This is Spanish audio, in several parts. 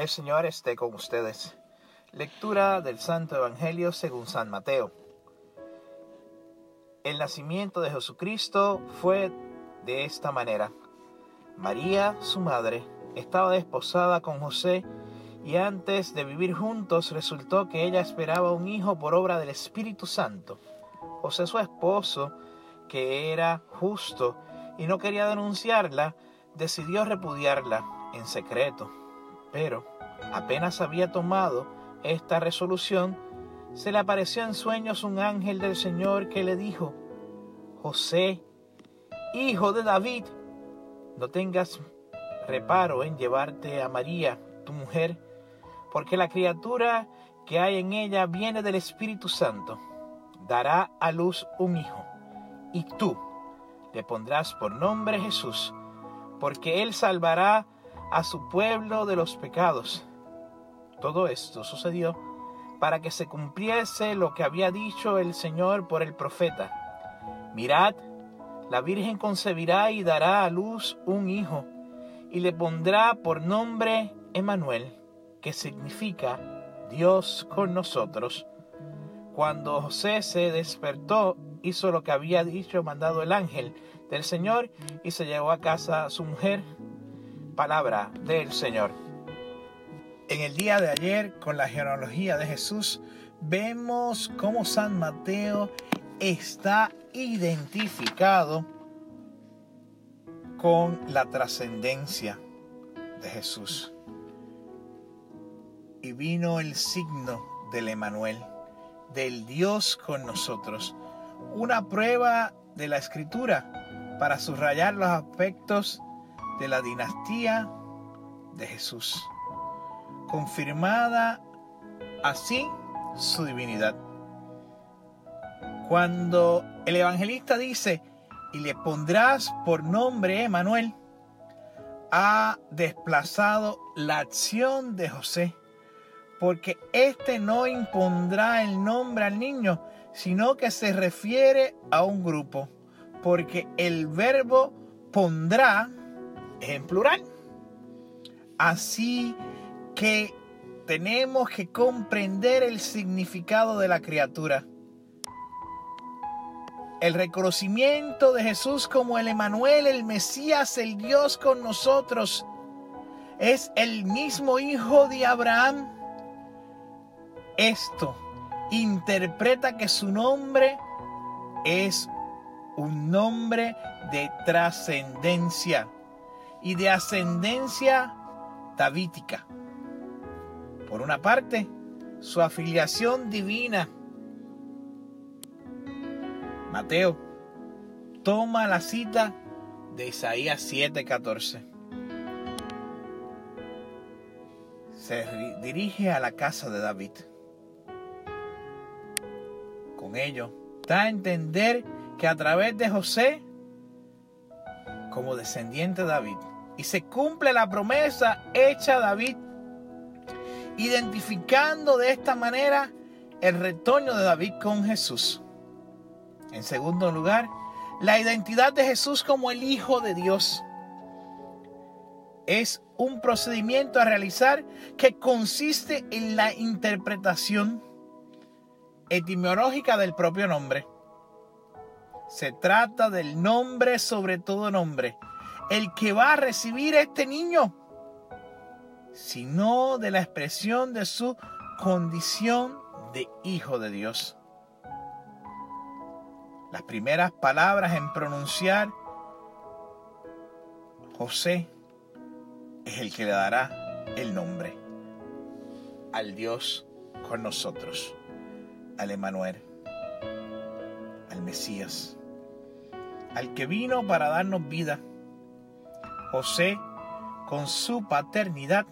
El Señor esté con ustedes. Lectura del Santo Evangelio según San Mateo. El nacimiento de Jesucristo fue de esta manera. María, su madre, estaba desposada con José y antes de vivir juntos resultó que ella esperaba un hijo por obra del Espíritu Santo. José, su esposo, que era justo y no quería denunciarla, decidió repudiarla en secreto. Pero apenas había tomado esta resolución, se le apareció en sueños un ángel del Señor que le dijo: José, hijo de David, no tengas reparo en llevarte a María, tu mujer, porque la criatura que hay en ella viene del Espíritu Santo. Dará a luz un hijo, y tú le pondrás por nombre Jesús, porque él salvará a su pueblo de los pecados. Todo esto sucedió para que se cumpliese lo que había dicho el Señor por el profeta. Mirad, la Virgen concebirá y dará a luz un hijo, y le pondrá por nombre Emmanuel, que significa Dios con nosotros. Cuando José se despertó, hizo lo que había mandado el ángel del Señor y se llevó a casa a su mujer. Palabra del Señor. En el día de ayer, con la genealogía de Jesús, vemos cómo San Mateo está identificado con la trascendencia de Jesús. Y vino el signo del Emmanuel, del Dios con nosotros. Una prueba de la Escritura para subrayar los aspectos de la dinastía de Jesús, confirmada así su divinidad. Cuando el evangelista dice: y le pondrás por nombre Emmanuel, ha desplazado la acción de José, porque éste no impondrá el nombre al niño, sino que se refiere a un grupo, porque el verbo pondrá es en plural. Así que tenemos que comprender el significado de la criatura. El reconocimiento de Jesús como el Emmanuel, el Mesías, el Dios con nosotros, es el mismo hijo de Abraham. Esto interpreta que su nombre es un nombre de trascendencia y de ascendencia davídica. Por una parte, su afiliación divina. Mateo toma la cita de Isaías 7:14. Se dirige a la casa de David. Con ello, da a entender que a través de José, como descendiente de David, y se cumple la promesa hecha a David, identificando de esta manera el retoño de David con Jesús. En segundo lugar, la identidad de Jesús como el Hijo de Dios. Es un procedimiento a realizar que consiste en la interpretación etimológica del propio nombre. Se trata del nombre sobre todo nombre, el que va a recibir este niño, sino de la expresión de su condición de Hijo de Dios. Las primeras palabras en pronunciar José es el que le dará el nombre al Dios con nosotros, al Emmanuel, al Mesías, al que vino para darnos vida. José, con su paternidad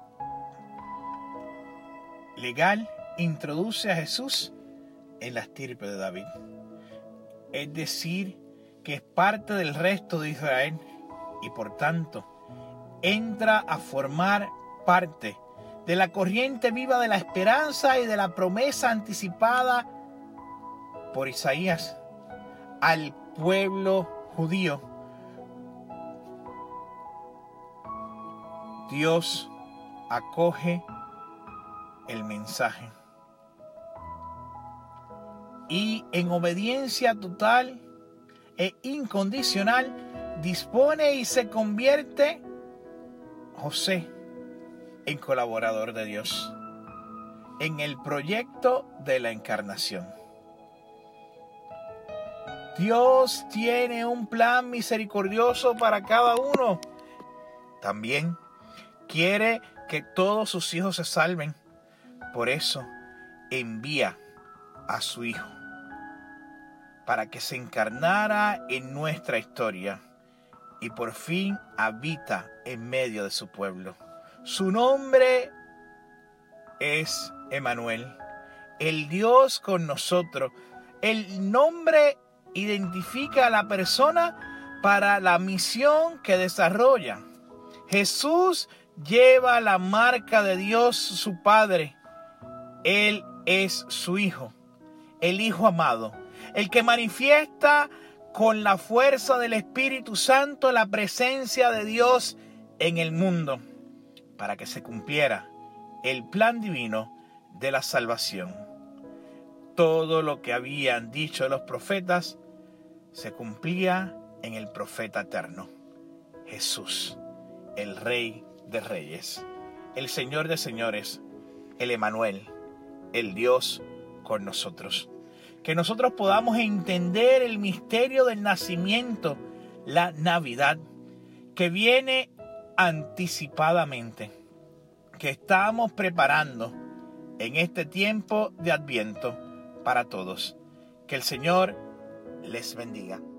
legal, introduce a Jesús en la estirpe de David. Es decir, que es parte del resto de Israel y por tanto entra a formar parte de la corriente viva de la esperanza y de la promesa anticipada por Isaías al pueblo judío. Dios acoge el mensaje y en obediencia total e incondicional dispone y se convierte José en colaborador de Dios en el proyecto de la encarnación. Dios tiene un plan misericordioso para cada uno. También quiere que todos sus hijos se salven. Por eso envía a su Hijo para que se encarnara en nuestra historia y por fin habita en medio de su pueblo. Su nombre es Emmanuel, el Dios con nosotros. El nombre identifica a la persona para la misión que desarrolla. Jesús lleva la marca de Dios, su Padre. Él es su Hijo, el Hijo amado, el que manifiesta con la fuerza del Espíritu Santo la presencia de Dios en el mundo, para que se cumpliera el plan divino de la salvación. Todo lo que habían dicho los profetas se cumplía en el profeta eterno, Jesús, el Rey de Reyes, el Señor de Señores, el Emmanuel, el Dios con nosotros. Que nosotros podamos entender el misterio del nacimiento, la Navidad, que viene anticipadamente, que estamos preparando en este tiempo de Adviento para todos. Que el Señor les bendiga.